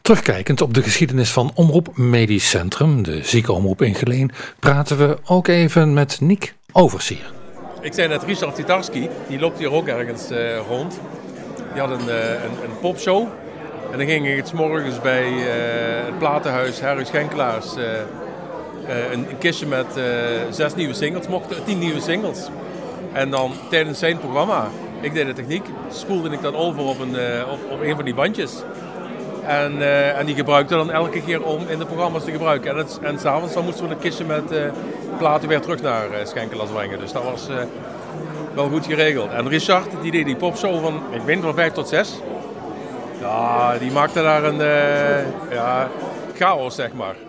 Terugkijkend op de geschiedenis van Omroep Medisch Centrum, de ziekenomroep in Geleen, praten we ook even met Niek Oversier. Ik zei net Richard Titarski, die loopt hier ook ergens rond. Die had een popshow. En dan ging ik 's morgens bij het platenhuis Harry Schenkelaars een kistje met 6 nieuwe singles, 10 nieuwe singles. En dan tijdens zijn programma, ik deed de techniek, spoelde ik dat over op een van die bandjes. En die gebruikte dan elke keer om in de programma's te gebruiken. En s'avonds dan moesten we een kistje met platen weer terug naar Schenkelaars brengen. Dus dat was wel goed geregeld. En Richard, die deed die popshow van, ik weet van 5 tot 6. Ja, die maakte daar een chaos, zeg maar.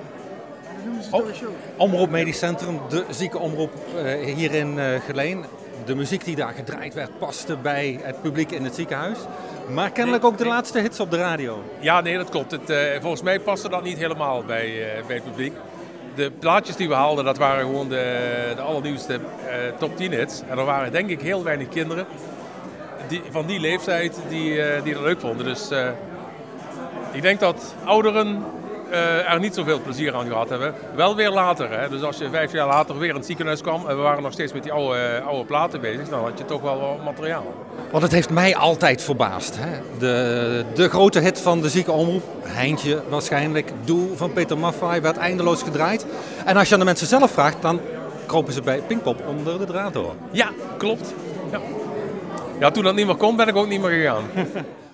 Omroep Medisch Centrum, de ziekenomroep hier in Geleen. De muziek die daar gedraaid werd paste bij het publiek in het ziekenhuis. Maar kennelijk ook de laatste hits op de radio. Ja, nee, dat klopt. Volgens mij paste dat niet helemaal bij het publiek. De plaatjes die we haalden, dat waren gewoon de allernieuwste top 10 hits. En er waren denk ik heel weinig kinderen van die leeftijd die dat leuk vonden. Dus ik denk dat ouderen er niet zoveel plezier aan gehad hebben. Wel weer later. Hè? Dus als je 5 jaar later weer in het ziekenhuis kwam en we waren nog steeds met die oude platen bezig, dan had je toch wel wat materiaal. Want het heeft mij altijd verbaasd. Hè? De grote hit van de ziekenomroep, Heintje waarschijnlijk, Doe van Peter Maffay, werd eindeloos gedraaid. En als je aan de mensen zelf vraagt, dan kropen ze bij Pinkpop onder de draad door. Ja, klopt. Ja, toen dat niet meer kon, ben ik ook niet meer gegaan.